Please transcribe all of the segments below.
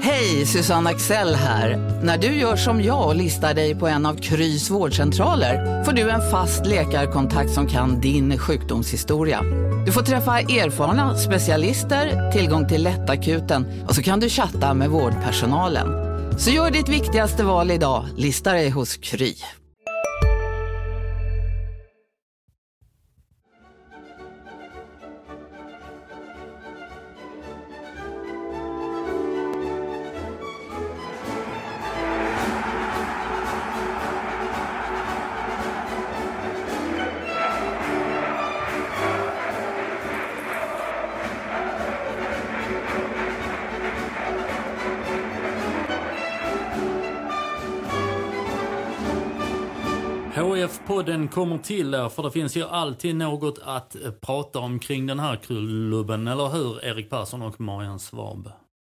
Hej, Susanne Axel här. När du gör som jag och listar dig på en av Krys vårdcentraler får du en fast läkarkontakt som kan din sjukdomshistoria. Du får träffa erfarna specialister, tillgång till lättakuten och så kan du chatta med vårdpersonalen. Så gör ditt viktigaste val idag, lista dig hos Kry. HF-podden kommer till där, för det finns ju alltid något att prata om kring den här klubben, eller hur, Erik Persson och Marianne Svab?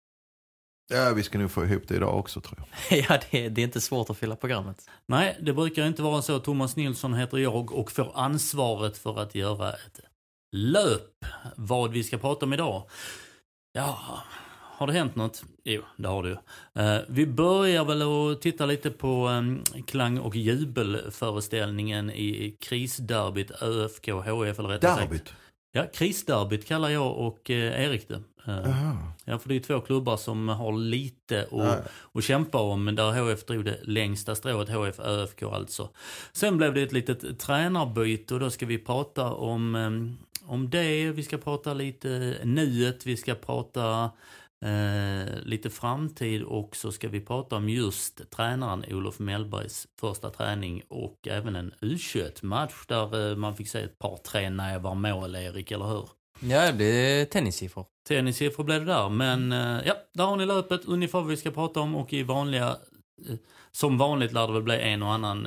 Ja, vi ska nog få ihop det idag också, tror jag. Ja, det är inte svårt att fylla programmet. Nej, det brukar inte vara så. Thomas Nilsson heter jag och får ansvaret för att göra ett löp. Vad vi ska prata om idag? Ja, har det hänt något? Jo, det har det ju. Vi börjar väl att titta lite på klang- och jubelföreställningen i krisderbyt ÖFK HF, eller rättare sagt. Derbyt? Ja, krisderbyt kallar jag och Erik det. Ja, för det är två klubbar som har lite att kämpa om, men där HF drog det längsta strået, HF ÖFK alltså. Sen blev det ett litet tränarbyte och då ska vi prata om det. Vi ska prata lite nuet, vi ska prata lite framtid och så ska vi prata om just tränaren Olof Mellbergs första träning och även en U21-match där man fick se ett par 3 nävar mål, Erik, eller hur? Ja, det blir tennissiffror. Tennissiffror blev det där, men ja, där har ni löpet, ungefär vad vi ska prata om, och i vanliga, som vanligt lär det väl bli en och annan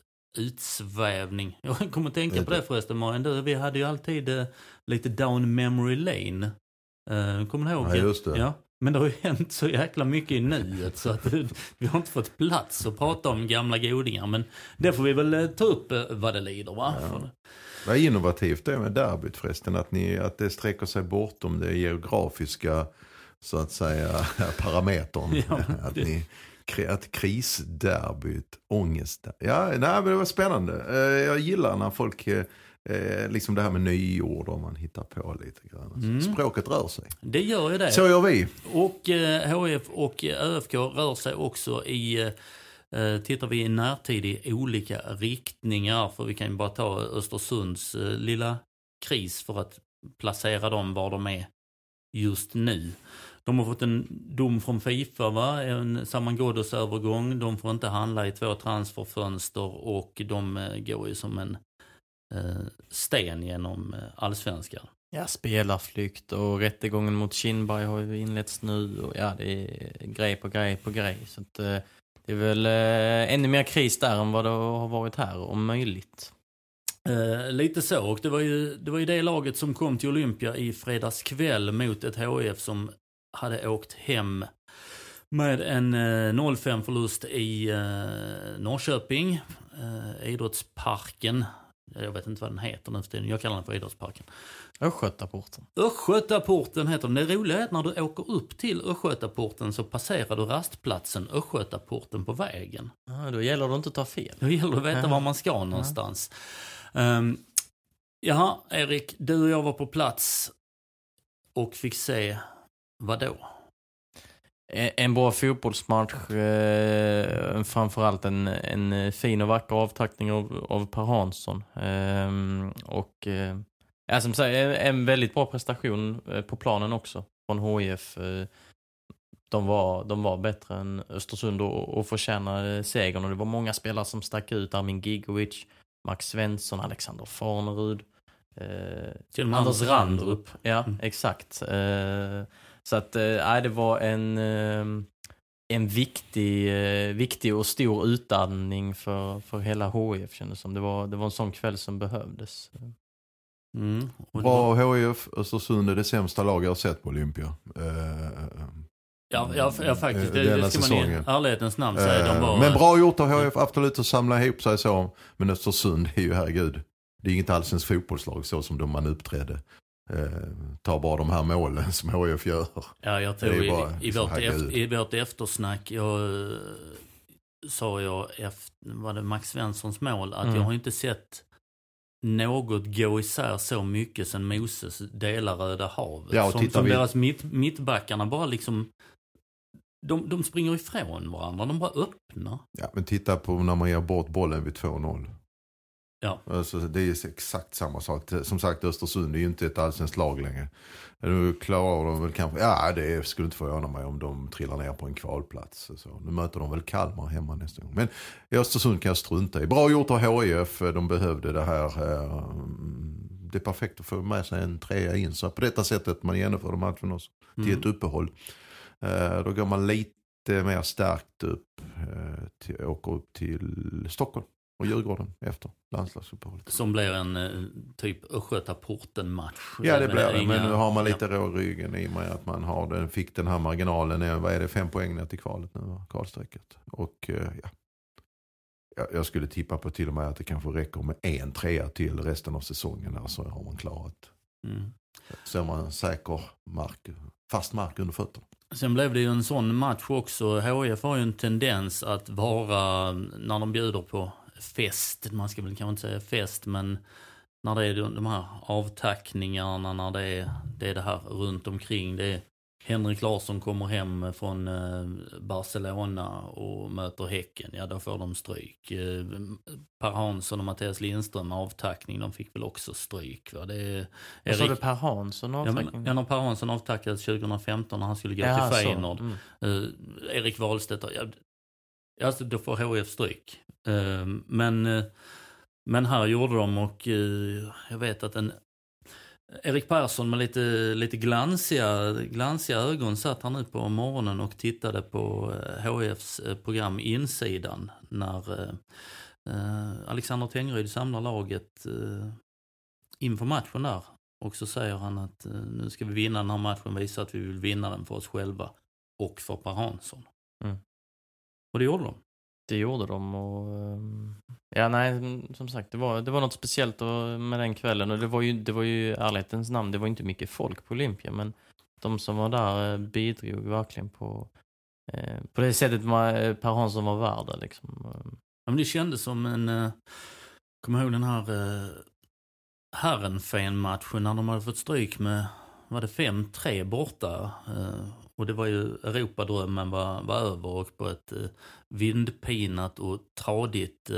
utsvävning. Jag kommer att tänka på det förresten, Marianne. Vi hade ju alltid lite down memory lane. Kommer ni ihåg? Ja, just det. Ja. Men det har ju hänt så jäkla mycket i nuet så att vi har inte fått plats att prata om gamla godingar. Men det får vi väl ta upp vad det lider, va? Ja. Vad är innovativt det med derbyt förresten? Att det sträcker sig bortom det geografiska, så att säga, parametern. Ja, Att krisderbyt, ångest. Ja, nej, men det var spännande. Jag gillar när folk... liksom det här med nyord och man hittar på lite grann. Språket rör sig. Det gör ju det. Så gör vi. Och HF och ÖFK rör sig också tittar vi i närtid i olika riktningar. För vi kan ju bara ta Östersunds lilla kris för att placera dem var de är just nu. De har fått en dom från FIFA, va? En Saman-Ghoddos-övergång. De får inte handla i 2 transferfönster och de går ju som en sten genom allsvenskan. Ja, spelarflykt och rättegången mot Kinberg har ju inletts nu och ja, det är grej på grej på grej. Så att, det är väl ännu mer kris där än vad det har varit här, om möjligt. Lite så, och det var ju det laget som kom till Olympia i fredags kväll mot ett HF som hade åkt hem med en 0-5-förlust i Norrköping, Idrottsparken. Jag vet inte vad den heter nu för tiden. Jag kallar den för Idrottsparken. Östgötaporten. Östgötaporten heter den. Det roliga är att när du åker upp till Östgötaporten så passerar du rastplatsen Östgötaporten på vägen. Ja, då gäller det inte att ta fel. Då gäller det att veta var man ska någonstans. Jaha, Erik, du och jag var på plats och fick se vad då? En bra fotbollsmatch, framförallt en fin och vacker avtackning av Per Hansson. Som säger, en väldigt bra prestation på planen också från HIF. De var bättre än Östersund och förtjänade segern. Och det var många spelare som stack ut. Armin Gigovic, Max Svensson, Alexander Farnerud, Anders Randrup. Ja, exakt. Så att det var en viktig och stor utandning för hela HIF, kändes som. Det var en sån kväll som behövdes. Var HIF Östersund är det sämsta lag jag har sett på Olympia. Ja, faktiskt. Det ska man i ärlighetens namn säga. Men bra gjort av HIF, absolut, att samla ihop sig så. Men Östersund är ju, herregud, det är inget allsens fotbollslag så som man uppträdde tar bara de här målen som HIF gör. Ja, jag tror i vårt eftersnack sa jag var det Max Svenssons mål att jag har inte sett något gå isär så mycket sen Moses delar Röda havet. Ja, som deras mittbackarna bara liksom de springer ifrån varandra, de bara öppnar. Ja, men titta på när man ger bort bollen vid 2-0. Ja. Alltså, det är exakt samma sak. Som sagt, Östersund är ju inte ett allsvenskt lag längre. Nu klarar de väl kanske... Ja, det skulle inte förvåna mig om de trillar ner på en kvalplats. Så, nu möter de väl Kalmar hemma nästa gång. Men i Östersund kan jag strunta i. Bra gjort av HIF. De behövde det här. Det är perfekt att få med sig en 3 in. Så på detta sättet man genomför de matchen också. Till ett uppehåll. Då går man lite mer starkt upp. Åker upp till Stockholm. Och Djurgården efter landslagsuppehållet. Som blir en typ Östgötaporten-match. Ja, det blir det. Men nu har man lite rå i ryggen i och med att man fick den här marginalen. Vad är det? 5 poäng ner till kvalet nu, kvalsträcket. Och jag skulle tippa på till och med att det kanske räcker med 1-3 till resten av säsongen. Så har man klarat. Så man säker fast mark under fötterna. Sen blev det ju en sån match också. HIF har ju en tendens att vara, när de bjuder på fest, man ska väl kanske inte säga fest, men när det är de här avtackningarna, när det är det här runt omkring. Det är Henrik Larsson kommer hem från Barcelona och möter Häcken. Ja, då får de stryk. Per Hansson och Mattias Lindström avtackning, de fick väl också stryk. Va? Det är så det Per Hansson avtackning? Ja, när Per Hansson avtackades 2015 när han skulle gå till Feyenoord. Erik Wahlstedt, alltså då får HIF stryk. Men här gjorde de, och jag vet att Erik Persson med lite glansiga ögon satt han nu på morgonen och tittade på HIFs program Insidan när Alexander Tengryd samlar laget inför matchen där. Och så säger han att nu ska vi vinna den här matchen, visa att vi vill vinna den för oss själva och för Per Hansson. Och det gjorde de. Det gjorde de, och som sagt, det var något speciellt med den kvällen, och det var ju ärlighetens namn, det var inte mycket folk på Olympia, men de som var där bidrog verkligen på det sättet Per Hansson var värd liksom. Ja, men det kändes som kommer ihåg den här Herrenfen-matchen när de hade fått stryk med, var det 5-3 borta, och det var ju Europadrömmen var över, och på ett vindpinat och tradigt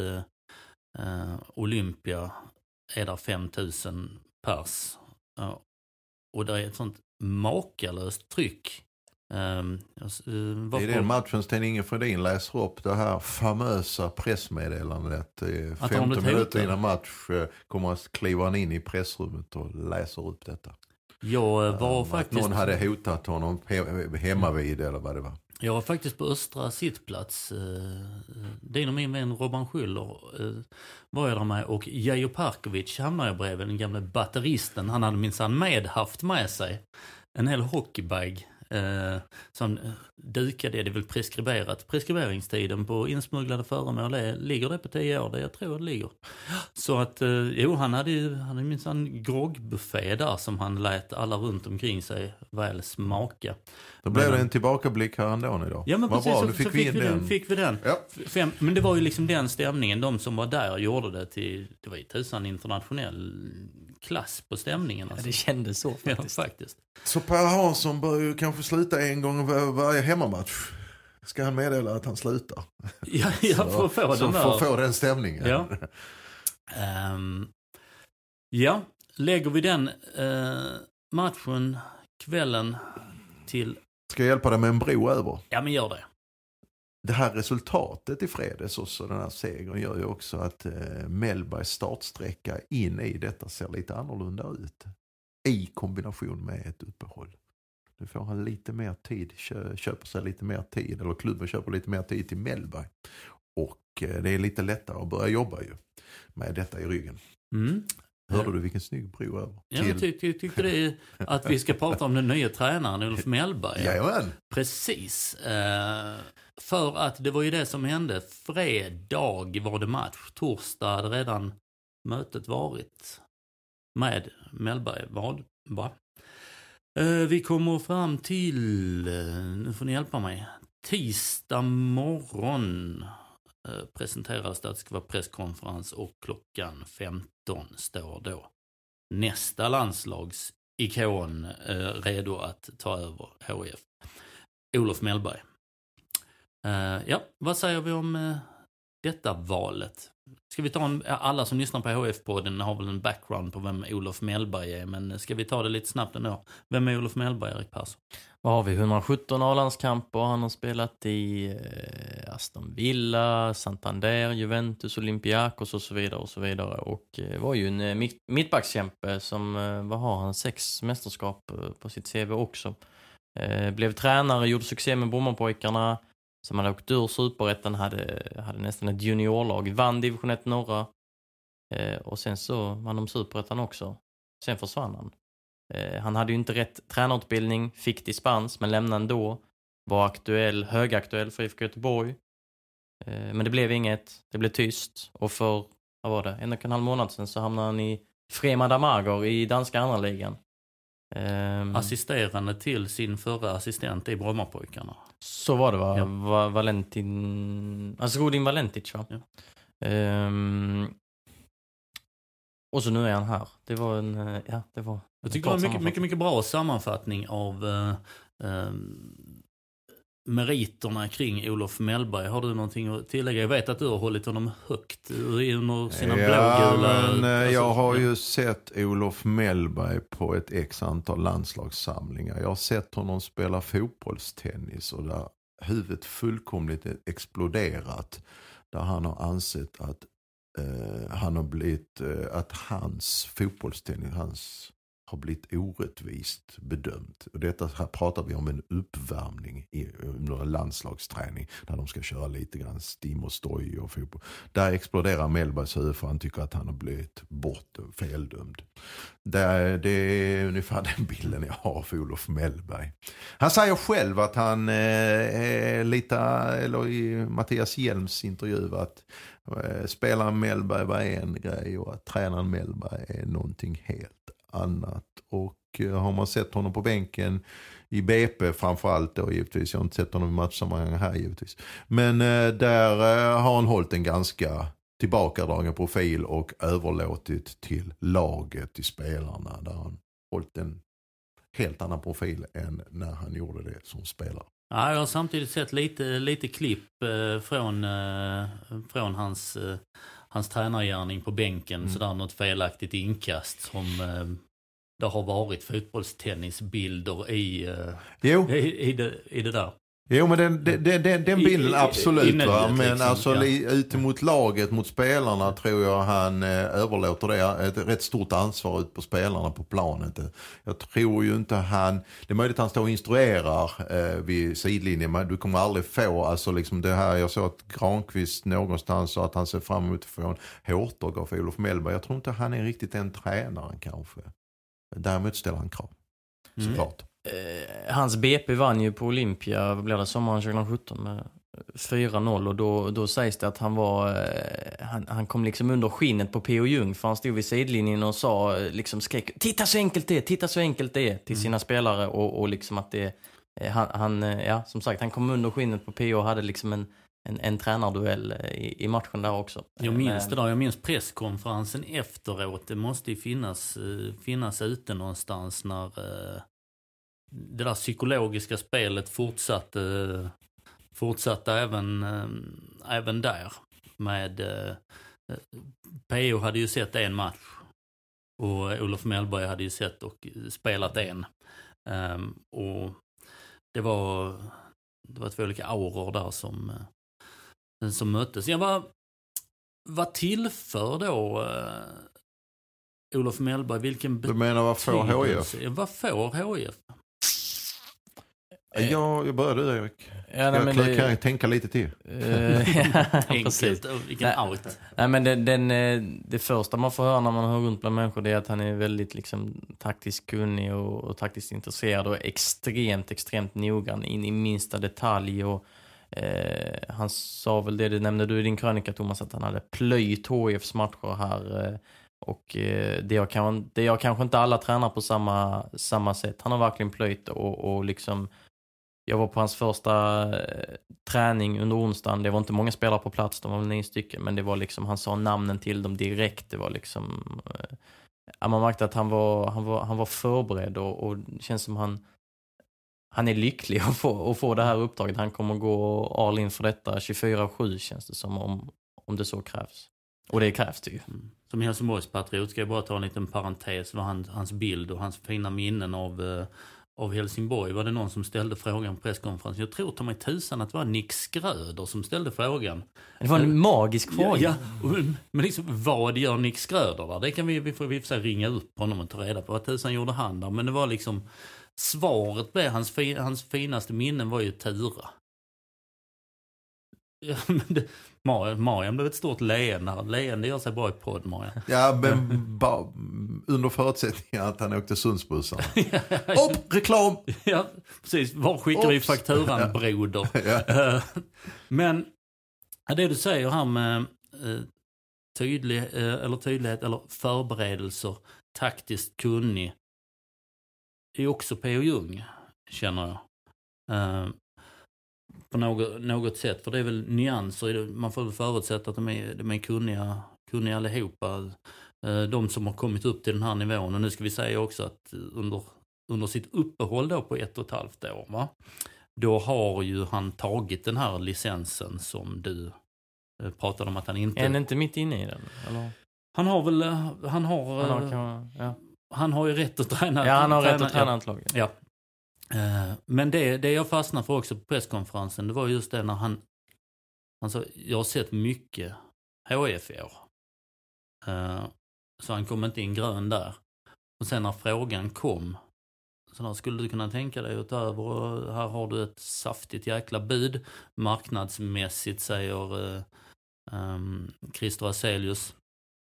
Olympia är där 5000 pers. Och det är ett sånt makalöst tryck. Det är den matchen Sten Inge Fredin läser upp det här famösa pressmeddelandet. 15 minuter innan match kommer att kliva han in i pressrummet och läser upp detta. Jag var faktiskt... Någon hade hotat honom hemma vid eller vad det var. Jag var faktiskt på östra sittplats. Din och min vän Robban Schuller var jag där med. Och Jajo Parkovic hamnade jag bredvid, den gamla batteristen. Han hade minsann haft med sig en hel hockeybag. Som dukade, det är väl preskriberat. Preskriberingstiden på insmugglade föremål ligger det på 10 år, det jag tror det ligger. Så att han hade minsann groggbuffé där som han lät alla runt omkring sig väl smaka. Då blev det en tillbakablick här ändå idag. Ja, men vad precis, bra, nu fick vi den. Ja. Men det var ju liksom den stämningen, de som var där gjorde det till, det var ju tusan internationell klass på stämningen. Alltså. Ja, det kändes så faktiskt. Ja, faktiskt. Så Per Hansson bör ju kanske sluta en gång varje hemmamatch. Ska han meddela att han slutar? Ja, för att få den stämningen. Ja. Ja, lägger vi den matchen, kvällen till... Ska jag hjälpa dig med en bro över? Ja, men gör det. Det här resultatet i fredags också, den här segern, gör ju också att Mellbergs startsträcka in i detta ser lite annorlunda ut. I kombination med ett uppehåll. Nu får han lite mer tid, köper sig lite mer tid, eller klubben köper lite mer tid till Mellberg. Och det är lite lättare att börja jobba ju med detta i ryggen. Hörde du vilken snygg bro över? Ja, jag tyckte det är att vi ska prata om den nya tränaren Ulf Mellberg. Jajamän. Precis. För att det var ju det som hände. Fredag var det match. Torsdag hade redan mötet varit med Mellberg. Vad Bra. Vi kommer fram till, nu får ni hjälpa mig, tisdag morgon presenterades det ska vara presskonferens och klockan 15 står då nästa landslagsikon redo att ta över HIF. Olof Mellberg. Vad säger vi om detta valet? Ska vi ta alla som lyssnar på HF-podden har väl en background på vem Olof Mellberg är, men ska vi ta det lite snabbt ändå? Vem är Olof Mellberg, Erik Persson? Vad har vi? 117 A-landskamper. Han har spelat i Aston Villa, Santander, Juventus, Olympiakos och så vidare och så vidare. Och var ju en mittbackskämpe som, vad har han, 6 mästerskap på sitt CV också. Blev tränare, gjorde succé med Brommapojkarna. Som hade åkt ur Superettan, hade nästan ett juniorlag. Vann division 1 norra. Och sen så vann de Superettan också. Sen försvann han. Han hade ju inte rätt tränarutbildning, fick dispens men lämnade ändå. Var högaktuell för IFK Göteborg. Men det blev inget, det blev tyst. Och för, vad var det, 1,5 månad sedan så hamnade han i Fremad Amager i danska andra ligan. Assisterande till sin förra assistent i Brommapojkarna. Så var det, va? Ja. Valentin... Alltså Godin Valentic, va? Ja. Och så nu är han här. Det var en... det var... Jag tycker det var en mycket bra sammanfattning av meriterna kring Olof Mellberg. Har du någonting att tillägga? Jag vet att du har hållit honom högt under sina blågula... Men jag har ju sett Olof Mellberg på ett x antal landslagssamlingar. Jag har sett honom spela fotbollstennis och där huvudet fullkomligt exploderat. Där han har ansett att att hans fotbollstennis har blivit orättvist bedömt. Och detta här pratar vi om en uppvärmning under landslagsträning där de ska köra lite grann stim och stoj och fotboll. Där exploderar Mellbergs huvud för han tycker att han har blivit feldömd. Det är ungefär den bilden jag har för Olof Mellberg. Han säger själv att han i Mattias Hjelms intervju att spelaren Mellberg var en grej och att tränaren Mellberg är någonting helt annat. Och har man sett honom på bänken i BP framförallt då givetvis, jag har inte sett honom i matchsammanhang här givetvis, men där har han hållit en ganska tillbakadragen profil och överlåtit till laget, till spelarna, där han hållit en helt annan profil än när han gjorde det som spelare. Ja, jag har samtidigt sett lite klipp från hans tränargärning på bänken. Sådär något felaktigt inkast som det har varit fotbollstennisbilder i det där. Jo, men den bilden absolut. Men liksom, alltså ut mot laget, mot spelarna tror jag han överlåter det. Ett rätt stort ansvar ut på spelarna på planet. Jag tror ju inte det är möjligt att han står och instruerar vid sidlinjen, men du kommer aldrig få, alltså liksom det här, jag såg att Granqvist någonstans sa att han ser fram emot att få en hårtag av Olof Mellberg. Jag tror inte han är riktigt den tränaren kanske. Däremot ställer han krav. Såklart. Hans BP vann ju på Olympia, vad blev det, sommaren 2017 med 4-0 och då sägs det att han kom liksom under skinnet på P.O. Jung, för han stod vid sidlinjen och sa liksom skrek, titta så enkelt det är till sina spelare och liksom att det som sagt, han kom under skinnet på P.O. och hade liksom en tränarduell i matchen där också. Jag minns presskonferensen efteråt. Det måste ju finnas ute någonstans när det där psykologiska spelet fortsatte även där. Med P.O. hade ju sett en match och Olof Mellberg hade ju sett och spelat en. Och det var två olika auror där som möttes. Vad tillför då Olof Mellberg? Vilken du menar vad får HIF? Vad får HIF? Jag började Erik. Kan jag tänka lite till? Enkelt. Vilken out. Nej, men det första man får höra när man hör runt bland människor, det är att han är väldigt liksom taktiskt kunnig och taktiskt intresserad och extremt noggrann in i minsta detalj. Och han sa väl det nämnde du i din krönika, Thomas, att han hade plöjt HIFs matcher här Och det gör kanske inte alla tränar på samma sätt. Han har verkligen plöjt och liksom, jag var på hans första träning under onsdagen. Det var inte många spelare på plats, de var 9 stycken, men det var liksom, han sa namnen till dem direkt. Det var liksom, man märkte att han var förberedd och det känns som han är lycklig att få det här uppdraget. Han kommer gå all in för detta 24/7 känns det som, om det så krävs. Och det krävs det ju. Som Helsingborgs patriot ska jag bara ta en liten parentes vad hans bild och hans fina minnen av Helsingborg. Var det någon som ställde frågan på presskonferensen? Jag tror ta mig tusan att det var Nick Schröder som ställde frågan. Det var en magisk fråga. Ja, men liksom, vad gör Nick Schröder där? Det kan vi får ringa upp honom och ta reda på vad tusan gjorde han där. Men det var liksom, svaret blev hans finaste minnen var ju Tura. Ja, men Marian blev ett stort leende. Leende gör sig bra i podd, Marian. Ja, men under förutsättning att han åkte Sundsbussarna. Reklam! Ja, precis. Var skickar vi fakturan, broder? Ja. Men det du säger här med tydlighet eller förberedelser, taktiskt kunnig, är också P.O. Jung, känner jag. På något sätt, för det är väl nyanser, man får väl förutsätta att de är kunniga allihopa, de som har kommit upp till den här nivån. Och nu ska vi säga också att under sitt uppehåll då på 1,5 år, va? Då har ju han tagit den här licensen som du pratade om att han inte... Är han inte mitt inne i den? Eller? Han har ju rätt att träna. Ja, han har rätt att träna antlaget. Ja. Men det jag fastnade för också på presskonferensen, det var just det när han sa, jag har sett mycket HF i år. Så han kom inte in grön där. Och sen när frågan kom, så där, skulle du kunna tänka dig utöver, och här har du ett saftigt jäkla bud marknadsmässigt, säger Christer Aselius.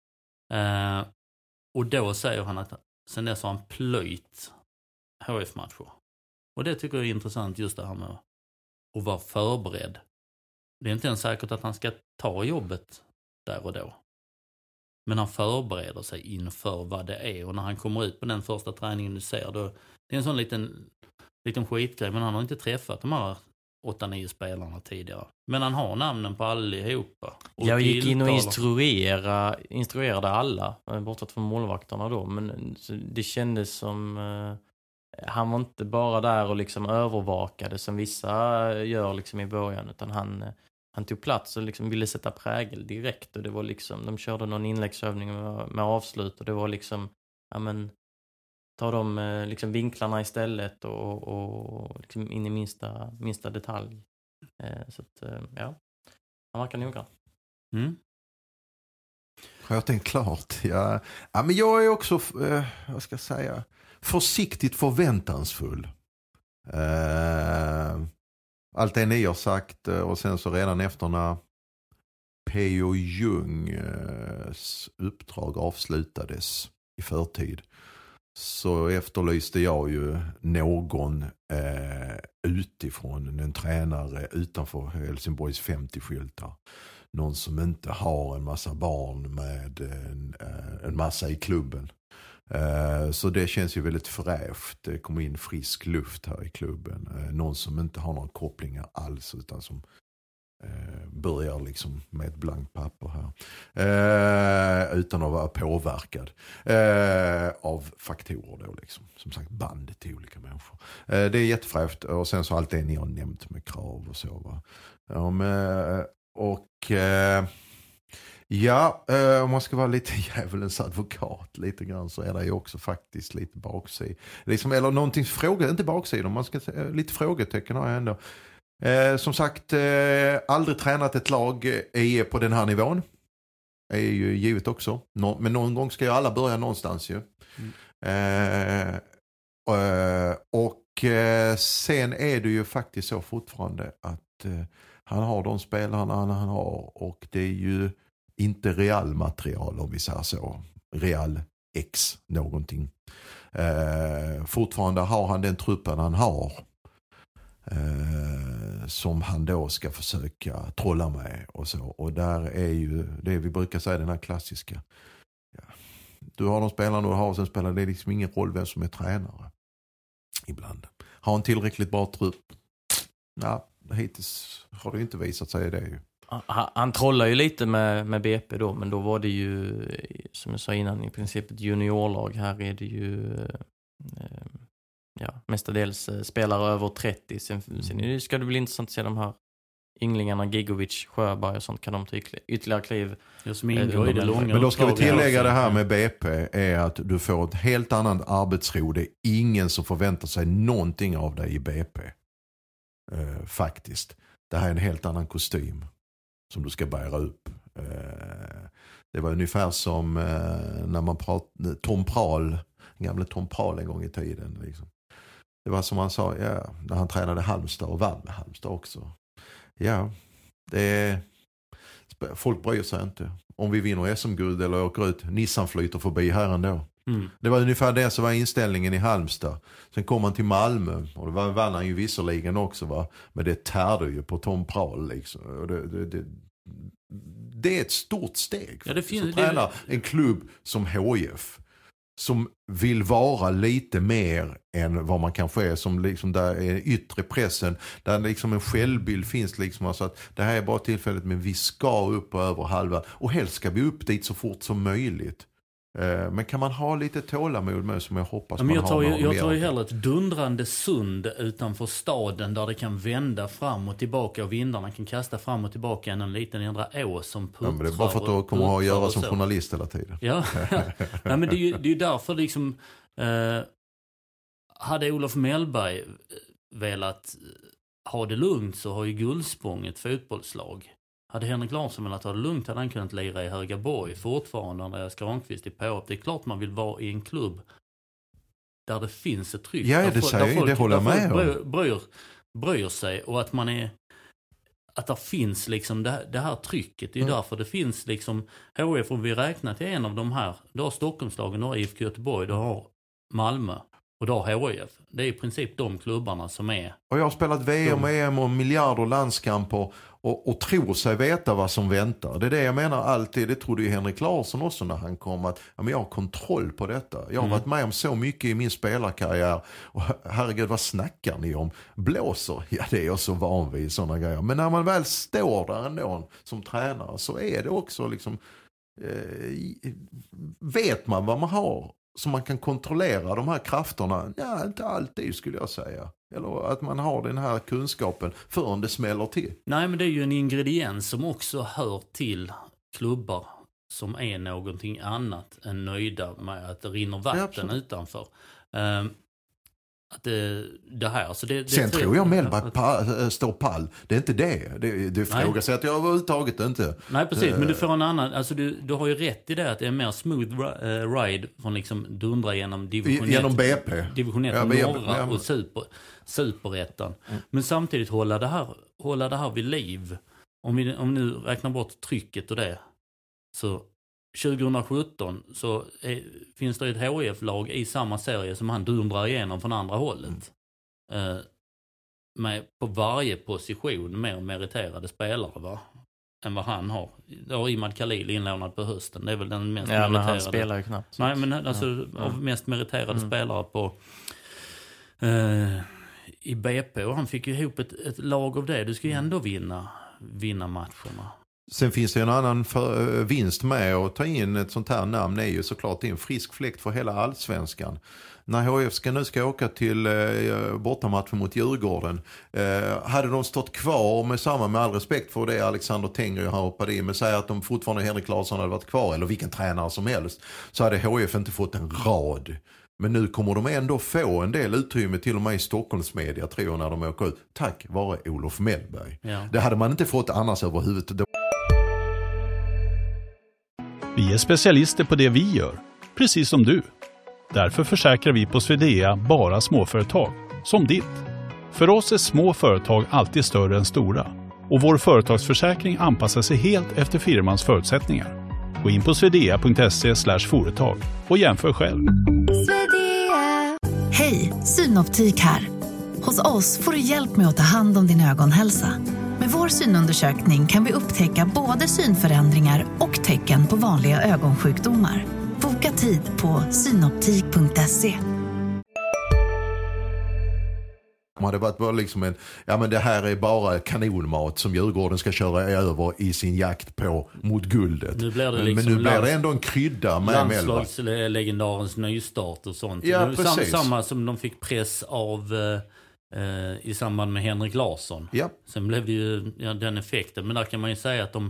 Och då säger han att sen dess har han plöjt HF-matcher. Och det tycker jag är intressant, just det här med att vara förberedd. Det är inte ens säkert att han ska ta jobbet där och då. Men han förbereder sig inför vad det är. Och när han kommer ut på den första träningen du ser, då, det är en sån liten skitgrej. Men han har inte träffat de här 8-9 spelarna tidigare. Men han har namnen på allihopa. Jag gick in och instruerade alla, bortsett från målvakterna då. Men det kändes som... han var inte bara där och liksom övervakade som vissa gör liksom i början, utan han tog plats och liksom ville sätta prägel direkt. Och det var liksom, de körde någon inläggsövning med avslut och det var liksom, ja men, ta de liksom vinklarna istället och liksom in i minsta detalj. Så att, ja, han verkar noggrann. Har jag tänkt klart? Ja, men jag är också, vad ska jag säga, försiktigt förväntansfull. Allt det ni har sagt, och sen så redan efter när P.O. Jungs uppdrag avslutades i förtid, så efterlyste jag ju någon utifrån, en tränare utanför Helsingborgs 50-skyltar. Någon som inte har en massa barn med en massa i klubben. Så det känns ju väldigt fräscht. Det kommer in frisk luft här i klubben. Någon som inte har några kopplingar alls, utan som börjar liksom med ett blankt papper här. Utan att vara påverkad av faktorer då liksom. Som sagt, bandet till olika människor. Det är jättefräscht. Och sen så allt det ni har nämnt med krav och så, va. Om man ska vara lite djävulens advokat lite grann, så är det ju också faktiskt lite baksida. Liksom, eller någonting inte baksida, man ska säga, lite frågetecken har jag ändå. Som sagt, aldrig tränat ett lag är på den här nivån. Är ju givet också. Men någon gång ska ju alla börja någonstans ju. Sen är det ju faktiskt så fortfarande att han har de spelarna han har, och det är ju inte real material, om vi säger så. Real X någonting. Fortfarande har han den truppen han har. Som han då ska försöka trolla med och så. Och där är ju det vi brukar säga, den här klassiska. Ja, Du har de spelarna du har, sen spelar det liksom ingen roll vem som är tränare. Ibland. Har en tillräckligt bra trupp? Ja, hittills har det inte visat sig det ju. Han trollar ju lite med BP då, men då var det ju, som jag sa innan, i princip ett juniorlag. Här är det ju mestadels spelare över 30. Sen ska det bli intressant att se de här ynglingarna, Gigovic, Sjöberg och sånt, kan de ta ytterligare kliv. Men då ska vi tillägga det här med BP är att du får ett helt annat arbetsro. Det är ingen som förväntar sig någonting av dig i BP. Faktiskt. Det här är en helt annan kostym som du ska bära upp. Det var ungefär som när man pratade Tom Prahl, gamla Tom Prahl en gång i tiden. Liksom. Det var som han sa, när han tränade Halmstad och vann med Halmstad också. Ja, folk bryr sig inte. Om vi vinner SM-guld eller åker ut, Nissan flyter förbi här ändå. Det var ungefär det som var inställningen i Halmstad. Sen kom han till Malmö och det vann han ju visserligen också, va? Men det tärde ju på Tom Prahl liksom. Och det är ett stort steg för att träna en klubb som HIF som vill vara lite mer än vad man kanske är, som liksom där är yttre pressen, där liksom en självbild finns liksom, alltså att det här är bara tillfället, men vi ska upp på över halva och helst ska vi upp dit så fort som möjligt. Men kan man ha lite tålamod med, som jag hoppas man har. Jag tar ju hellre ett dundrande Sund utanför staden där det kan vända fram och tillbaka och vindarna kan kasta fram och tillbaka än en liten jädra ås som puttrar. Men det är bara för att du kommer att göra som journalist hela tiden. Ja. Nej, men det är ju därför liksom hade Olof Mellberg velat ha det lugnt så har ju Guldspång ett fotbollslag. Hade Henrik Larsson velat ha det lugnt hade han kunnat lira i Högaborg fortfarande när Skranqvist är på. Det är klart man vill vara i en klubb där det finns ett tryck. Ja, det säger jag, det håller jag med bryr sig och att man är att det finns liksom det här trycket. Det är därför det finns liksom HIF, om vi räknar till en av de här. Du har Stockholmslagen, du har IFK Göteborg, du har Malmö. Och då har HIF. Det är i princip de klubbarna som är. Och jag har spelat VM och EM och miljarder landskamper och tror sig veta vad som väntar. Det är det jag menar alltid. Det trodde ju Henrik Larsson också när han kom, att jag har kontroll på detta. Jag har varit med om så mycket i min spelarkarriär. Och herregud, vad snackar ni om? Blåser? Ja, det är jag så van vid, sådana grejer. Men när man väl står där ändå som tränare så är det också liksom vet man vad man har. Så man kan kontrollera de här krafterna. Ja, inte alltid skulle jag säga. Eller att man har den här kunskapen förrän det smäller till. Nej, men det är ju en ingrediens som också hör till klubbar som är någonting annat än nöjda med att det rinner vatten utanför. Att det här. Så sen tror jag Mellberg står pall. Det är inte det. Det frågar sig att jag överhuvudtaget inte. Nej, precis. Men du får en annan. Alltså du har ju rätt i det att det är mer smooth ride från liksom dundra genom division 1. Genom BP. Division 1 norra och superettan. Men samtidigt hålla det här vid liv. Om nu räknar bort trycket och det. Så 2017 så finns det ett HIF-lag i samma serie som han dundrar igenom från andra hållet. Med på varje position mer meriterade spelare, va? Än vad han har. Då har Imad Khalil inlånad på hösten. Det är väl den mest meriterade. Men han spelar ju knappt. Nej, men alltså av mest meriterade spelare på i BP. Och han fick ju ihop ett lag av det. Du ska ju ändå vinna matcherna. Sen finns det en annan vinst med att ta in ett sånt här namn. Det är ju såklart en frisk fläkt för hela allsvenskan. När HIF nu ska åka till bortamatchen mot Djurgården. Hade de stått kvar med all respekt för det Alexander Tengry har hoppat in, men säger att de fortfarande Henrik Larsson hade varit kvar eller vilken tränare som helst, så hade HIF inte fått en rad. Men nu kommer de ändå få en del utrymme till och med i Stockholmsmedia, tror jag, när de åker ut. Tack vare Olof Mellberg. Ja. Det hade man inte fått annars överhuvudtaget. Vi är specialister på det vi gör, precis som du. Därför försäkrar vi på Swedea bara småföretag, som ditt. För oss är små företag alltid större än stora. Och vår företagsförsäkring anpassar sig helt efter firmans förutsättningar. Gå in på swedea.se/företag och jämför själv. Hej, Synoptik här. Hos oss får du hjälp med att ta hand om din ögonhälsa. Med vår synundersökning kan vi upptäcka både synförändringar och tecken på vanliga ögonsjukdomar. Boka tid på synoptik.se. Om hade varit bara liksom men det här är bara kanonmat som Djurgården ska köra över i sin jakt mot guldet. Nu blir det men nu blir det ändå en krydda med landslagslegendarens nystart och sånt. Ja, det är samma som de fick press av i samband med Henrik Larsson. Ja. Sen blev det ju den effekten. Men där kan man ju säga att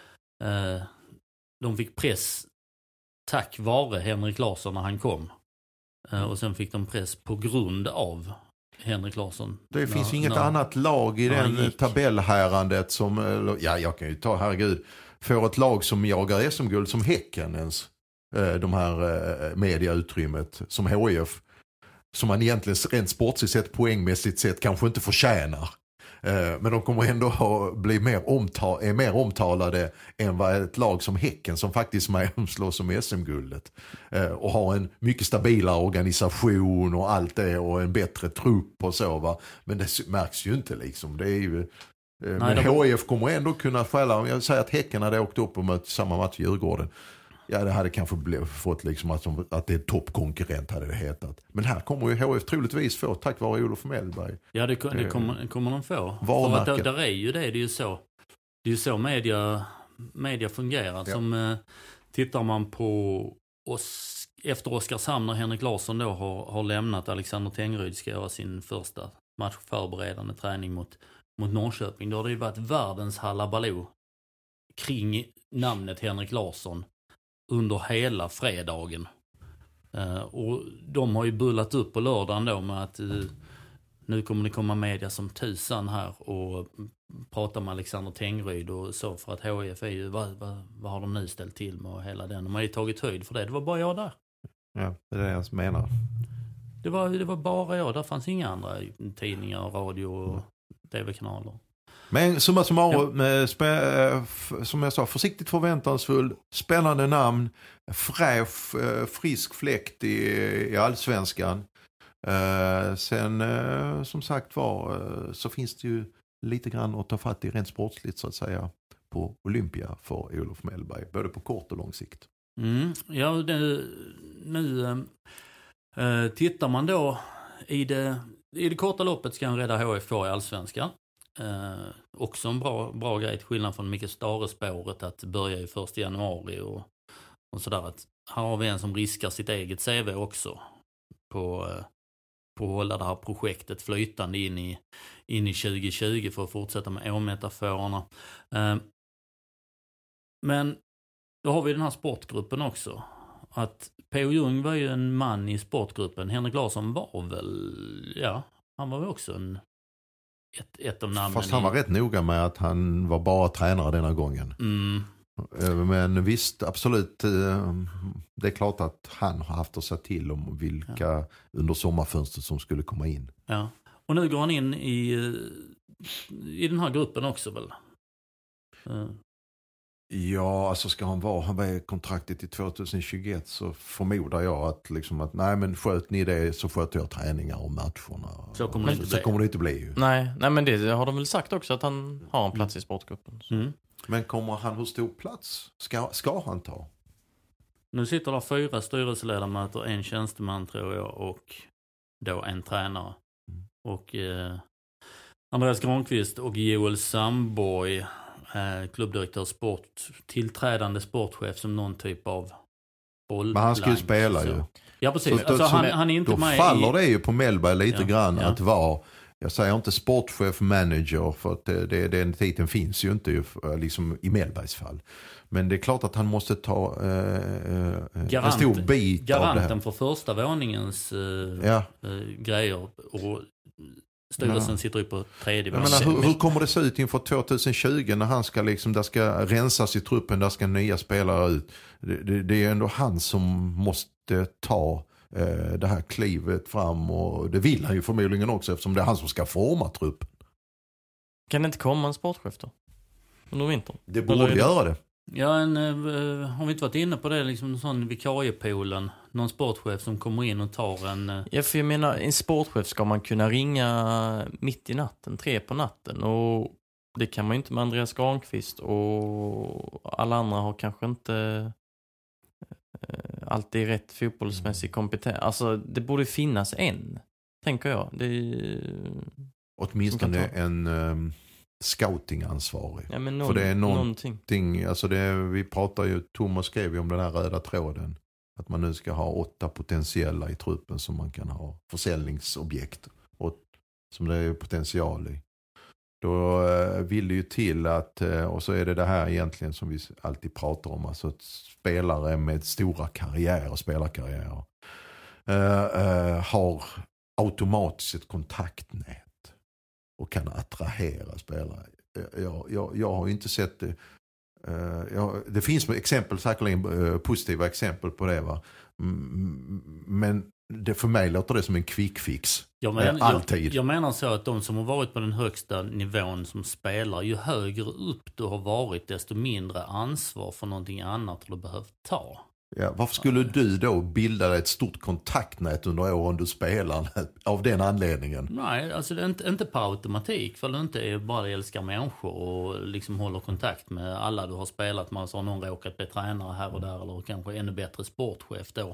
de fick press tack vare Henrik Larsson när han kom. Och sen fick de press på grund av Henrik Larsson. Det finns ju inget annat lag i den tabellhärandet som, jag kan ju ta, herregud, får ett lag som jagar SM-guld som Häcken ens, de här mediautrymmet som HIF, som man egentligen rent sportsligt sett, poängmässigt sett kanske inte förtjänar. Men de kommer ändå bli mer omtalade än vad ett lag som Häcken, som faktiskt slåss om SM-guldet och har en mycket stabilare organisation och allt det och en bättre trupp och så, va. Men det märks ju inte liksom. Det är ju men HIF kommer ändå kunna skälla. Om jag säger att Häcken hade åkt upp och mött samma match i Djurgården, ja, det hade kanske fått liksom att det är toppkonkurrent hade det hetat. Men här kommer ju HF troligtvis få, tack vare Olof Mellberg. Ja, det kommer de få. Varumärke. För att där är ju det är ju så. Det är ju så media fungerar. Ja. Som tittar man på oss efter Oskarshamn när Henrik Larsson då har lämnat, Alexander Tengryd ska göra sin första matchförberedande träning mot Norrköping. Då har det ju varit världens halabaloo kring namnet Henrik Larsson under hela fredagen. Och de har ju bullat upp på lördagen då med att nu kommer det komma media som tusan här och prata med Alexander Tengryd och så, för att HIF är ju, vad har de nu ställt till med och hela den. De har ju tagit höjd för det. Det var bara jag där. Ja, det är det jag menar. Det var bara jag. Där fanns inga andra tidningar, radio och tv-kanaler. Men summa summarum, som jag sa, försiktigt förväntansfull, spännande namn, fräsch, frisk fläkt i allsvenskan. Sen som sagt så finns det ju lite grann att ta fatt i rent sportsligt så att säga på Olympia för Olof Mellberg, både på kort och lång sikt. Ja, nu tittar man då i det korta loppet ska han rädda HF i allsvenskan. Också en bra grej till skillnad från Micke Stare-spåret att börja i 1 januari och sådär. Att här har vi en som riskar sitt eget CV också på att hålla det här projektet flytande in i 2020 för att fortsätta med Å-metaforerna. Men då har vi den här sportgruppen också. Att P.O. Jung var ju en man i sportgruppen. Henrik Larsson var väl, han var väl också ett av namnen. Fast han var rätt noga med att han var bara tränare denna gången. Men visst, absolut, det är klart att han har haft att säga till om vilka under sommarfönstret som skulle komma in. Ja, och nu går han in i den här gruppen också väl? Ja, alltså ska han var kontraktet till 2021 så förmodar jag att liksom att nej, men sköt ni det så sköter jag träningar och matcherna. Så kommer det inte bli ju. Nej, men det har de väl sagt också att han har en plats i sportgruppen. Men kommer han hur stor plats ska han ta? Nu sitter där 4 styrelseledamöter, en tjänsteman tror jag och då en tränare. Och Andreas Granqvist och Joel Sandborg, klubbdirektör tillträdande sportchef som någon typ av bollblank. Men han ska ju spela ju. Ja, precis. Alltså, han är inte då med faller det ju på Mellberg lite grann att vara, jag säger inte sportchef, manager, för att den titeln finns ju inte liksom i Mellbergs fall. Men det är klart att han måste ta en stor bit av det här. Garanten för första våningens grejer och styrelsen sitter ju på 3:e våningen. Hur kommer det se ut inför 2020 när han ska liksom, där ska rensas i truppen, där ska nya spelare ut. Det är ändå han som måste ta det här klivet fram, och det vill han ju förmodligen också eftersom det är han som ska forma truppen. Kan det inte komma en sportchef då? Under vintern? Det borde göra det. Ja, har vi inte varit inne på det, liksom en sån vikariepolen, någon sportchef som kommer in och tar en... Ja, för jag menar, en sportchef ska man kunna ringa mitt i natten, 3 på natten, och det kan man ju inte med Andreas Granqvist, och alla andra har kanske inte alltid rätt fotbollsmässig kompetens. Alltså det borde finnas en, tänker jag. Det är, åtminstone en scoutingansvarig. ja, men för det är någonting. Alltså vi pratar ju, Thomas skrev ju om den här röda tråden. Att man nu ska ha 8 potentiella i truppen som man kan ha försäljningsobjekt. Och som det är potential i. Då vill det ju till att, och så är det här egentligen som vi alltid pratar om, alltså att spelare med stora karriärer, spelarkarriärer, har automatiskt ett kontaktnät och kan attrahera spelare. Jag har ju inte sett det. Det finns exempel, säkerligen positiva exempel på det, va? Men det för mig låter det som en quick fix. Alltid. Jag menar så att de som har varit på den högsta nivån som spelar, ju högre upp du har varit, desto mindre ansvar för någonting annat du behövt ta. Ja, varför skulle du då bilda ett stort kontaktnät under åren du spelar av den anledningen? Nej, alltså det är inte på automatik, för du inte bara älskar människor och liksom håller kontakt med alla du har spelat med, så har någon råkat bli tränare här och där, eller kanske ännu bättre sportchef då.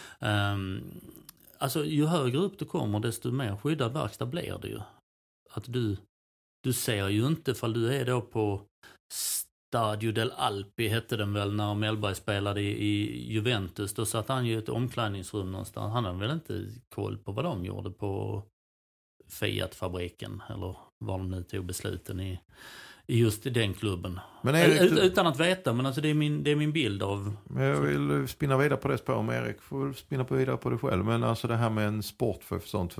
Alltså ju högre upp du kommer, desto mer skyddad verkstad blir det ju. Att du ser ju inte, för du är då på Stadio del Alpi hette den väl när Mellberg spelade i Juventus. Då satt han ju i ett omklädningsrum någonstans. Han hade väl inte koll på vad de gjorde på Fiat-fabriken eller var de nu tog besluten i just den klubben. Men utan att veta, men alltså det är min bild av. Jag vill spinna vidare på det spår, om Erik får spinna vidare på det själv. Men alltså det här med en sportchef och sånt.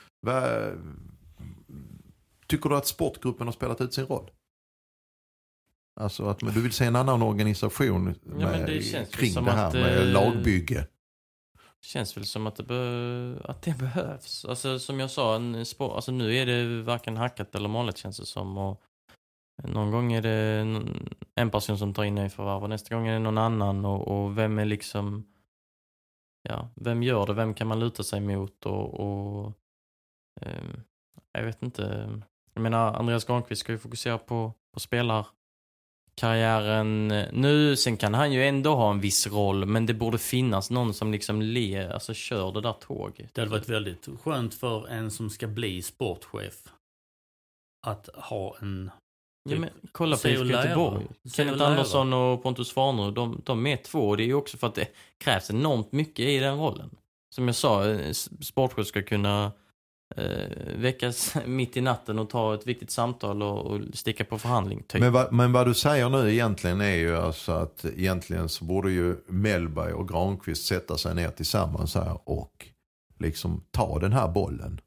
Tycker du att sportgruppen har spelat ut sin roll? Alltså att du vill se en annan organisation kring det här med lagbygge. Det känns väl som att det behövs. Alltså som jag sa, alltså nu är det varken hackat eller malet, känns det som. Och någon gång är det en person som tar in i förvärv och nästa gång är det någon annan. Och vem är liksom, ja, vem gör det? Vem kan man luta sig mot? Och jag vet inte. Jag menar, Andreas Granqvist ska ju fokusera på spelarkarriären nu. Sen kan han ju ändå ha en viss roll, men det borde finnas någon som liksom kör det där tåget. Det hade varit väldigt skönt för en som ska bli sportchef att ha en. Ja, men kolla på Göteborg. Kenneth Andersson och Pontus Farnerud, de är 2. Det är ju också för att det krävs enormt mycket i den rollen. Som jag sa, sportchef ska kunna väckas mitt i natten och ta ett viktigt samtal och sticka på förhandling. Typ. Men vad du säger nu egentligen är ju alltså att egentligen så borde ju Mellberg och Granqvist sätta sig ner tillsammans här och liksom ta den här bollen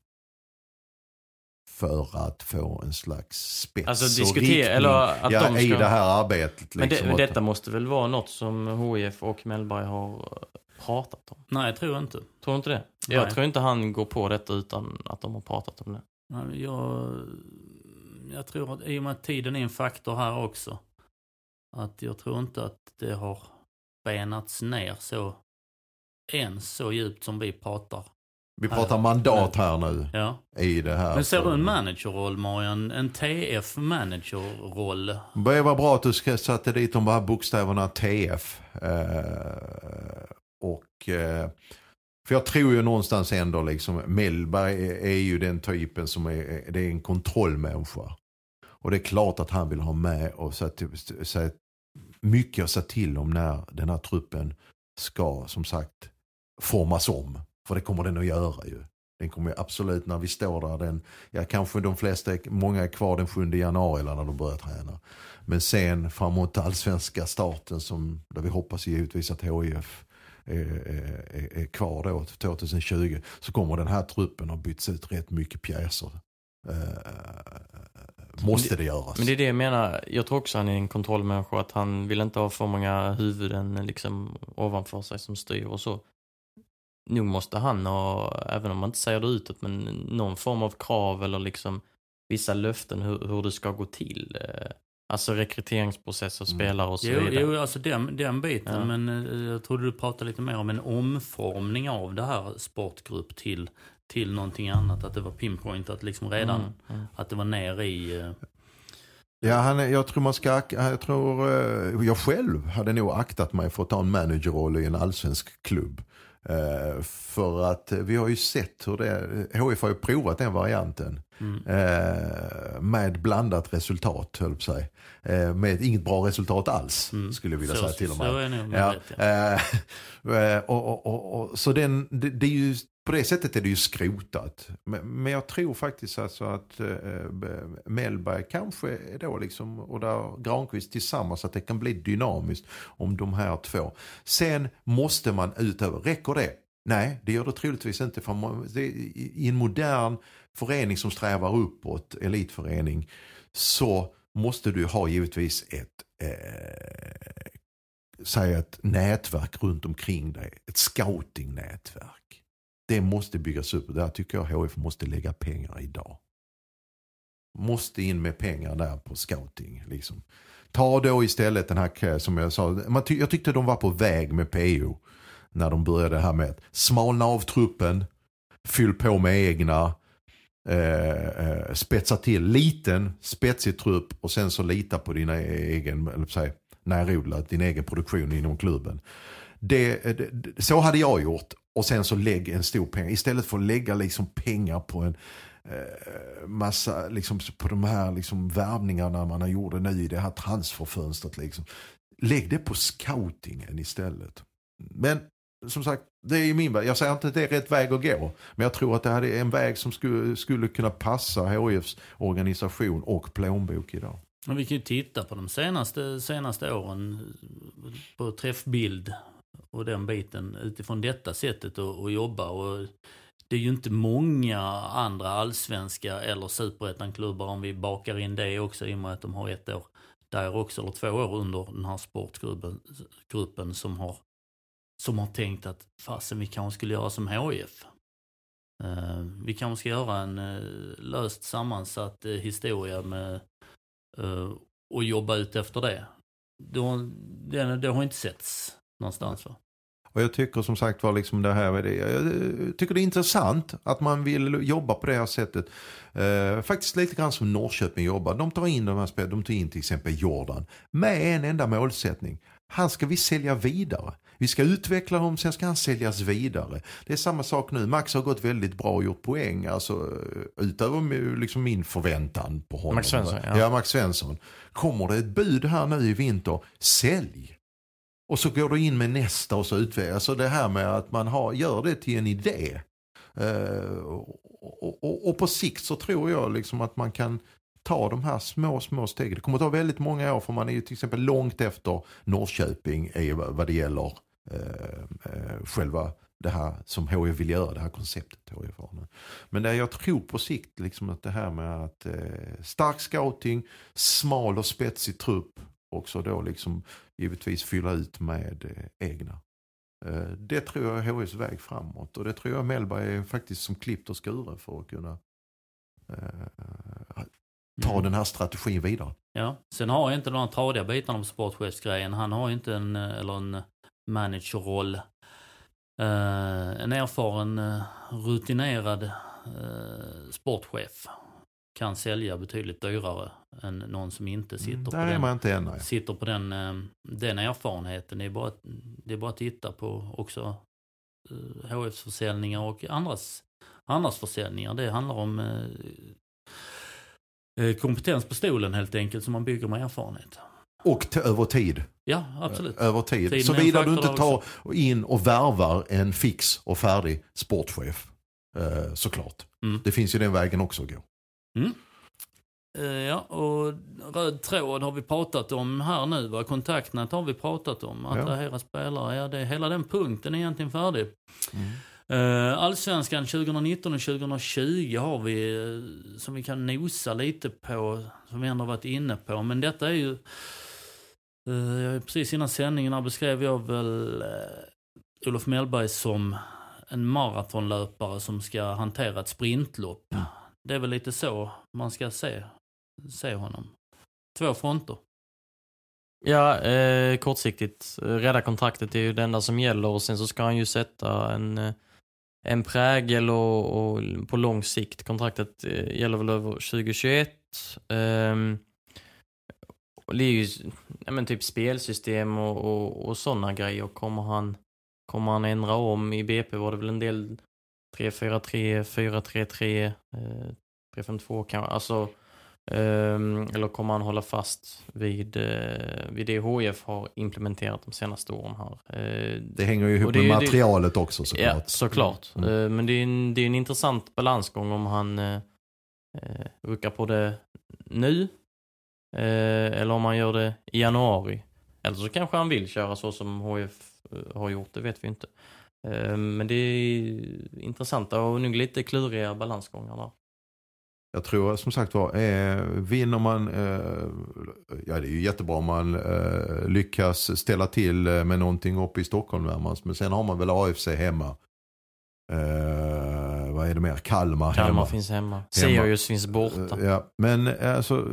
för att få en slags spets, alltså diskutera, och riktning, eller att de ska, i det här arbetet. Liksom. Men detta måste väl vara något som HIF och Mellberg har pratat om? Nej, jag tror inte. Tror inte det? Nej. Jag tror inte han går på detta utan att de har pratat om det. Nej, jag tror att i och med att tiden är en faktor här också, att jag tror inte att det har benats ner så djupt som vi pratar. Vi pratar mandat här nu, ja. I det här. Men ser du en managerroll, Marian? En TF-managerroll? Det var bra att du satte dit de bara bokstäverna TF. För jag tror ju någonstans ändå liksom, Mellberg är ju den typen som det är en kontrollmänniska. Och det är klart att han vill ha med och mycket att säga till om när den här truppen ska, som sagt, formas om. För det kommer den att göra ju. Den kommer absolut, när vi står där, kanske många är kvar den 7 januari eller när de börjar träna. Men sen framåt allsvenska starten, där vi hoppas givetvis att HIF är kvar då 2020, så kommer den här truppen att byts ut rätt mycket pjäser. Måste det göras. Men det är det jag menar. Jag tror också han är en kontrollmänniska, att han vill inte ha för många huvuden liksom ovanför sig som styr och så. Nog måste han ha, även om man inte säger det utåt, men någon form av krav eller liksom vissa löften hur det ska gå till. Alltså rekryteringsprocesser, spelare och så vidare. Jo, alltså den biten. Ja. Men jag trodde du pratade lite mer om en omformning av det här sportgrupp till någonting annat. Att det var pinpoint, att liksom redan att det var ner i Ja, jag tror jag själv hade nog aktat mig för att ta en managerroll i en allsvensk klubb. För att vi har ju sett hur HIF har ju provat den varianten med blandat resultat, höll på sig. Med inget bra resultat alls, skulle jag vilja säga till och med. Så det är ju, på det sättet är det ju skrotat. Men jag tror faktiskt alltså att Mellberg kanske är då liksom, och där Granqvist tillsammans, att det kan bli dynamiskt om de här två. Sen måste man utöver, räcker det? Nej, det gör det troligtvis inte. För i en modern förening som strävar uppåt, elitförening, så måste du ha givetvis ett nätverk runt omkring dig. Ett scouting-nätverk. Det måste byggas upp, och där tycker jag HIF måste lägga pengar idag. Måste in med pengar där på scouting. Liksom. Ta då istället den här, som jag sa, jag tyckte de var på väg med PO när de började här med att smalna av truppen, fyll på med egna, spetsa till liten spetsig trupp och sen så lita på din egen, eller säg, närodlat, din egen produktion inom klubben. Så hade jag gjort. Och sen så lägg en stor pengar. Istället för att lägga liksom pengar på en massa, liksom på de här liksom värvningarna man har gjort nu i det här transferfönstret. Liksom. Lägg det på scoutingen istället. Men som sagt, det är ju min väg. Jag säger inte att det är rätt väg att gå. Men jag tror att det här är en väg som skulle kunna passa HIFs organisation och plånbok idag. Och vi kan ju titta på de senaste åren på träffbild och den biten utifrån detta sättet att jobba. Och det är ju inte många andra allsvenska eller superettan-klubbar, om vi bakar in det också, i och med att de har ett år där också, eller 2 år under den här sportgruppen som har tänkt att fasen, vi kanske skulle göra som HIF. Vi kanske ska göra en löst sammansatt historia med och jobba ut efter det. Det har inte setts någonstans. Och jag tycker som sagt var liksom det här, jag tycker det är intressant att man vill jobba på det här sättet. Faktiskt lite grann som Norrköping jobbar. De tar in till exempel Jordan med en enda målsättning. Han ska vi sälja vidare. Vi ska utveckla honom, sen ska han säljas vidare. Det är samma sak nu. Max har gått väldigt bra och gjort poäng. Alltså, utöver liksom min förväntan på honom. Max Svensson, ja, Max Svensson. Kommer det ett bud här nu i vinter? Sälj! Och så går du in med nästa och så utvecklar. Alltså det här med att man gör det till en idé. Och på sikt så tror jag liksom att man kan ta de här små stegen. Det kommer att ta väldigt många år, för man är ju till exempel långt efter Norrköping vad det gäller själva det här som HIF vill göra, det här konceptet HIF har nu. Men där jag tror på sikt liksom att det här med att stark scouting, smal och spetsig trupp, också då liksom givetvis fylla ut med egna. Det tror jag är HIFs väg framåt, och det tror jag Mellberg är faktiskt som klippt och skuren för att kunna ta den här strategin vidare. Ja, sen har jag inte de här tradiga bitarna om sportchefsgrejen. Han har inte en managerroll. En erfaren, rutinerad sportchef kan sälja betydligt dyrare än någon som inte sitter på den erfarenheten. Det är bara att titta på också HFs försäljningar och andras försäljningar. Det handlar om kompetens på stolen helt enkelt, som man bygger med erfarenhet. Och över tid. Ja, absolut. Över tid. Så vidare du inte tar in och värvar en fix och färdig sportchef. Såklart. Det finns ju den vägen också att gå. Ja, och röd tråd har vi pratat om här nu. Kontaktnät har vi pratat om. Attrahera spelare. Hela den punkten är egentligen färdig. Allsvenskan 2019 och 2020 har vi som vi kan nosa lite på, som vi ändå varit inne på. Men detta är ju precis innan sändningen beskrev jag väl Olof Mellberg som en maratonlöpare som ska hantera ett sprintlopp. Det är väl lite så man ska se honom. 2 fronter. Ja, kortsiktigt. Rädda kontraktet är ju det enda som gäller, och sen så ska han ju sätta en prägel och på lång sikt. Kontraktet gäller väl över 2021. Och det är ju typ spelsystem och sådana grejer. Kommer han ändra om? I BP var det väl en del 3-4-3, 4-3-3, 3-5-2 kanske. Alltså, eller kommer han hålla fast vid det HIF har implementerat de senaste åren här? Det hänger ju ihop med materialet också såklart. Ja, såklart. Men det är en intressant balansgång om han ruckar på det nu eller om han gör det i januari. Eller så kanske han vill köra så som HIF har gjort, det vet vi inte. Men det är intressanta och nog lite kluriga balansgångar där. Jag tror som sagt vinner man, det är ju jättebra om man lyckas ställa till med någonting uppe i Stockholm närmast. Men sen har man väl AFC hemma. Vad är det mer? Kalmar hemma. Finns hemma. Sirius finns borta. Ja, men alltså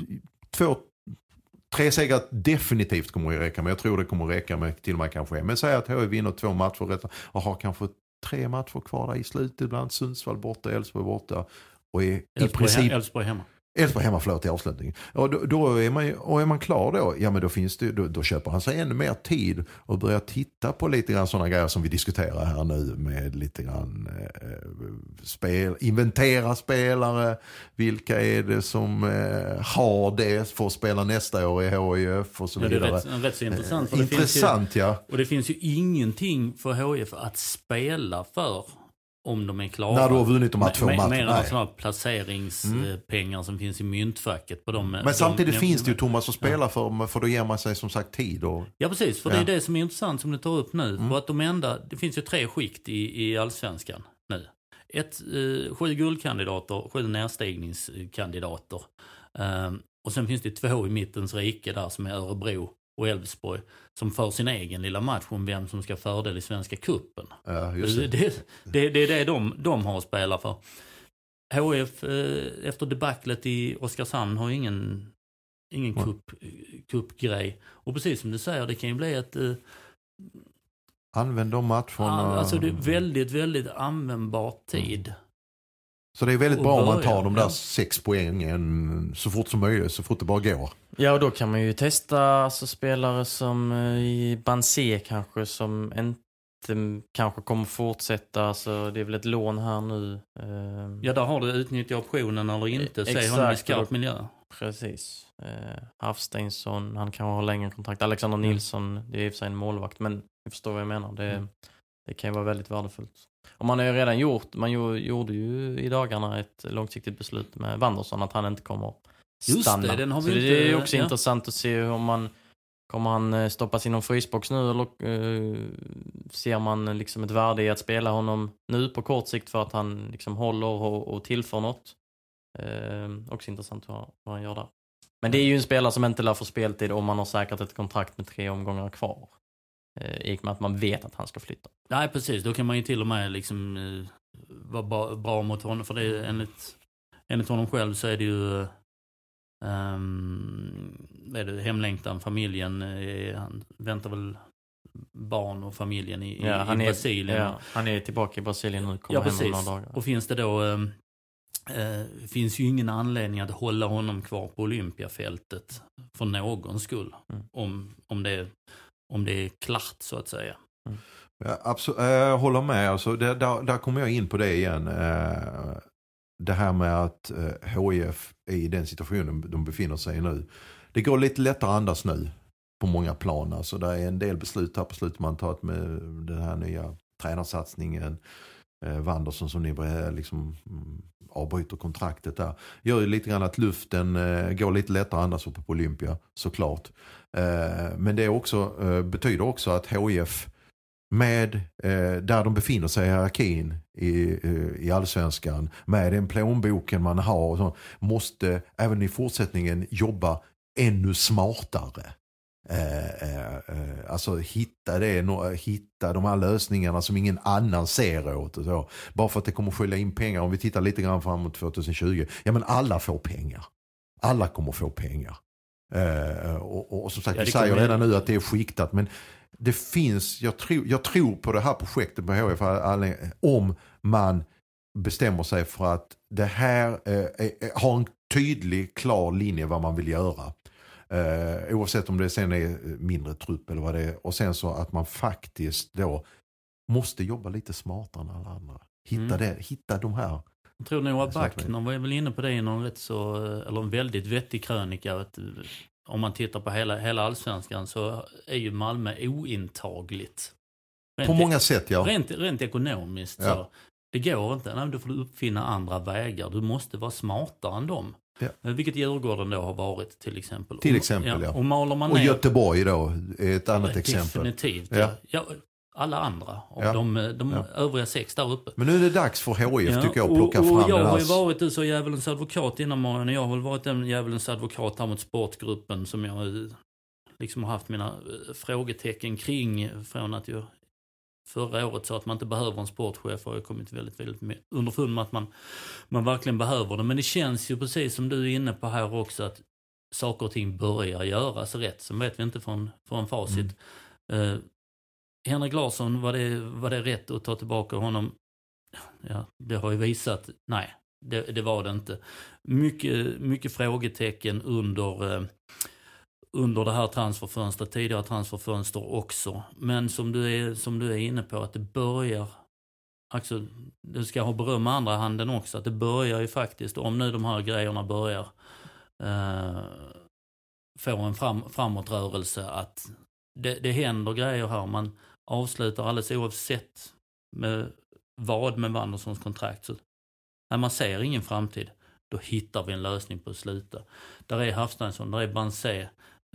3 segrar definitivt kommer att räcka. Men jag tror det kommer att räcka med till och med kanske. Men säg att HIF vinner 2 matcher och har kanske 3 matcher kvar där i slutet. Bland Sundsvall borta, Elfsborg borta. Och i princip Elfsborg hemma. Elfsborg hemma, förlåt, i avslutningen. Och då är man klar då. Ja, men då finns det, då köper han sig ännu mer tid och börjar titta på lite grann sådana grejer som vi diskuterar här nu med lite grann inventera spelare. Vilka är det som har det för att spela nästa år i HIF och så vidare. Det är rätt så intressant. Intressant, ja. Och det finns ju ingenting för HIF att spela för. Om de är klara. När du har vunnit de här 2 matcherna. Mer än sådana placeringspengar som finns i myntfacket på dem. Men samtidigt finns det ju Thomas att spela för då ger man sig som sagt tid. Ja, precis. För det är det som är intressant som du tar upp nu. För att det finns ju 3 skikt i allsvenskan nu. 7 guldkandidater, 7 nedstigningskandidater. Och sen finns det 2 i mittens rike där som är Örebro och Elfsborg som för sin egen lilla match om vem som ska fördel i Svenska cupen. Ja, just det är det de har att spela för. HF efter debaclet i Oskarshamn har ingen cupgrej. Och precis som du säger, det kan ju bli ett använd de matcherna. Alltså det är väldigt, väldigt användbar tid. Så det är väldigt bra om man tar de där 6 poängen så fort som möjligt, så fort det bara går. Ja, och då kan man ju testa spelare som i Banse kanske som inte kanske kommer fortsätta. Så det är väl ett lån här nu. Ja, där har du utnyttjat optionen eller inte. Säg honom i skarp miljö. Precis. Hafsteinsson, han kan ha längre kontrakt. Alexander Nilsson, det är i och för sig en målvakt. Men jag förstår vad jag menar. Det kan ju vara väldigt värdefullt. Och man har ju redan gjorde ju i dagarna ett långsiktigt beslut med Wanderson att han inte kommer stanna. Just det, den har vi så inte, det är också intressant att se om kommer han stoppas inom frysbox nu eller ser man liksom ett värde i att spela honom nu på kort sikt för att han liksom håller och tillför något. Också intressant vad han gör där. Men det är ju en spelare som inte lär få speltid om man har säkrat ett kontrakt med 3 omgångar kvar. I och med att man vet att han ska flytta. Nej, precis. Då kan man ju till och med liksom vara bra mot honom. För det är enligt honom själv så är det ju hemlängtan, familjen. Han väntar väl barn och familjen i Brasilien. Ja, han är tillbaka i Brasilien nu. Kommer hem om några dagar. Och finns det då finns ju ingen anledning att hålla honom kvar på Olympiafältet för någon skull. Om det är klart så att säga. Ja, absolut, jag håller med. Alltså, där kommer jag in på det igen. Det här med att HIF är i den situationen de befinner sig i nu. Det går lite lättare att andas nu på många plan. Alltså, det är en del beslut här på slutet man tagit med den här nya tränarsatsningen. Wanderson som ni liksom avbryter kontraktet där. Gör ju lite grann att luften går lite lättare att andas uppe på Olympia, såklart. Men det är också, betyder också att HIF med där de befinner sig i hierarkin i allsvenskan, med den plånboken man har och så, måste även i fortsättningen jobba ännu smartare. Alltså hitta de här lösningarna som ingen annan ser åt och så. Bara för att det kommer att skölja in pengar. Om vi tittar lite grann framåt 2020, ja, men alla får pengar. Alla kommer att få pengar. Och som sagt, vi säger redan nu att det är skiktat, men det finns, jag tror på det här projektet på HIF om man bestämmer sig för att det här har en tydlig, klar linje vad man vill göra. Oavsett om det sen är mindre trupp eller vad det är. Och sen så att man faktiskt då måste jobba lite smartare än alla andra. Hitta de här. Jag tror Noah Backner var väl inne på det i någon eller en väldigt vettig krönika. Att om man tittar på hela allsvenskan så är ju Malmö ointagligt. På många sätt, ja. Rent ekonomiskt så. Det går inte. Nej, då får du uppfinna andra vägar. Du måste vara smartare än dem. Ja. Vilket Djurgården då har varit till exempel. Och maler man ner... Och Göteborg då är ett annat exempel. Definitivt. Ja. Alla andra av de övriga 6 där uppe. Men nu är det dags för HIF tycker jag att plocka fram och jag har ju varit så djävulens advokat innan morgonen. Jag har väl varit en djävulens advokat här mot sportgruppen som jag liksom har haft mina frågetecken kring från att jag förra året sa att man inte behöver en sportchef och jag har kommit väldigt, väldigt underfund med att man verkligen behöver det. Men det känns ju precis som du är inne på här också att saker och ting börjar göras rätt. Sen vet vi inte från facit. Henrik Larsson, var det rätt att ta tillbaka honom? Ja, det har ju visat, nej, det var det inte. Mycket frågetecken under det här transferfönstret, tidigare transferfönster också. Men som du är inne på, att det börjar, alltså, du ska ha beröm med andra handen också, att det börjar ju faktiskt, om nu de här grejerna börjar få en framåtrörelse, att det händer grejer här. Man avslutar alldeles oavsett med Wanderssons kontrakt. Så när man ser ingen framtid, då hittar vi en lösning på att sluta. Där är Hafsteinsson, där är Bansé,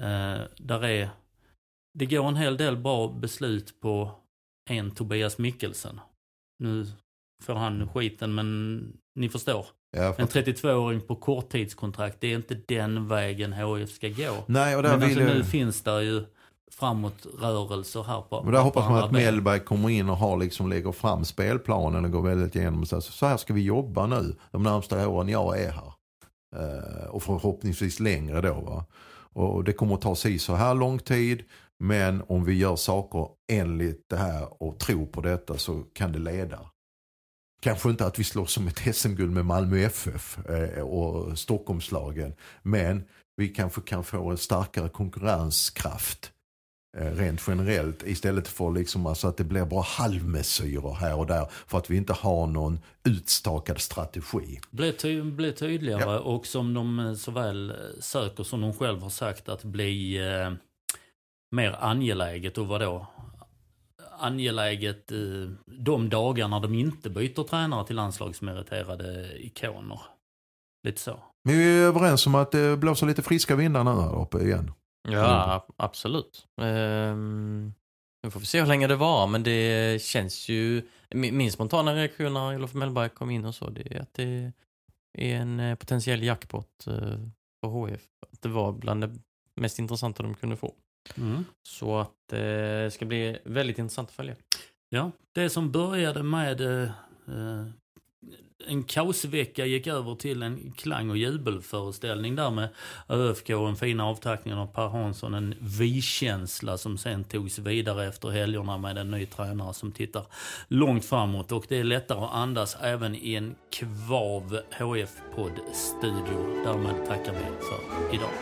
det går en hel del bra beslut på en Tobias Mikkelsen. Nu får han skiten, men ni förstår. En 32-åring på korttidskontrakt, det är inte den vägen HIF ska gå. Nej, och där men alltså, nu finns det ju framåtrörelser här på. Men där hoppas man att Mellberg kommer in och lägger fram spelplanen och går väldigt igenom så här ska vi jobba nu de närmsta åren jag är här. Och förhoppningsvis längre då, va. Och det kommer att ta sig så här lång tid, men om vi gör saker enligt det här och tror på detta så kan det leda. Kanske inte att vi slår som ett SM-guld med Malmö FF och Stockholmslagen, men vi kanske kan få en starkare konkurrenskraft rent generellt istället för liksom alltså att det blir bara halvmesyrer här och där för att vi inte har någon utstakad strategi. Blir tydligare och som de såväl söker som de själv har sagt att bli mer angeläget. Och vadå? Angeläget de dagarna de inte byter tränare till landslagsmeriterade ikoner. Lite så. Men vi är överens om att det blåser lite friska vindar nu här uppe igen. Ja, absolut. Nu får vi se hur länge det var, men det känns ju, min spontana reaktion när Olof Mellberg kom in och så, det är att det är en potentiell jackpot för HIF. Att det var bland det mest intressanta de kunde få. Så att det ska bli väldigt intressant att följa. Ja, det som började med en kaosvecka gick över till en klang- och jubelföreställning där med ÖFK och en fin avtackning av Per Hansson, en vi-känsla som sen togs vidare efter helgerna med en ny tränare som tittar långt framåt, och det är lättare att andas även i en kvav HF-podd-studio. Därmed tackar vi för idag.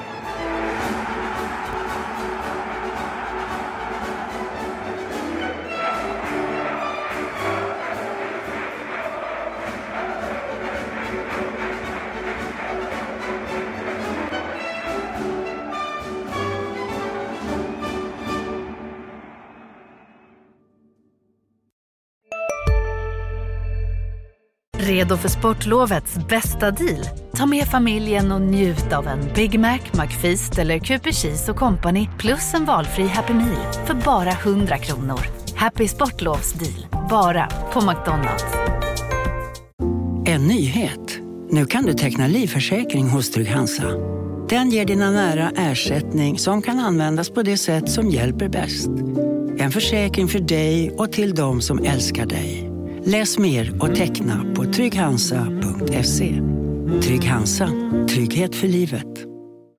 Redo för sportlovets bästa deal? Ta med familjen och njut av en Big Mac, McFeast eller Cooper Cheese och Company plus en valfri Happy Meal för bara 100 kronor. Happy Sportlovs deal, bara på McDonald's. En nyhet. Nu kan du teckna livförsäkring hos Trygg-Hansa. Den ger dina nära ersättning som kan användas på det sätt som hjälper bäst. En försäkring för dig och till de som älskar dig. Läs mer och teckna på trygghansa.se. Trygg-Hansa. Trygghet för livet.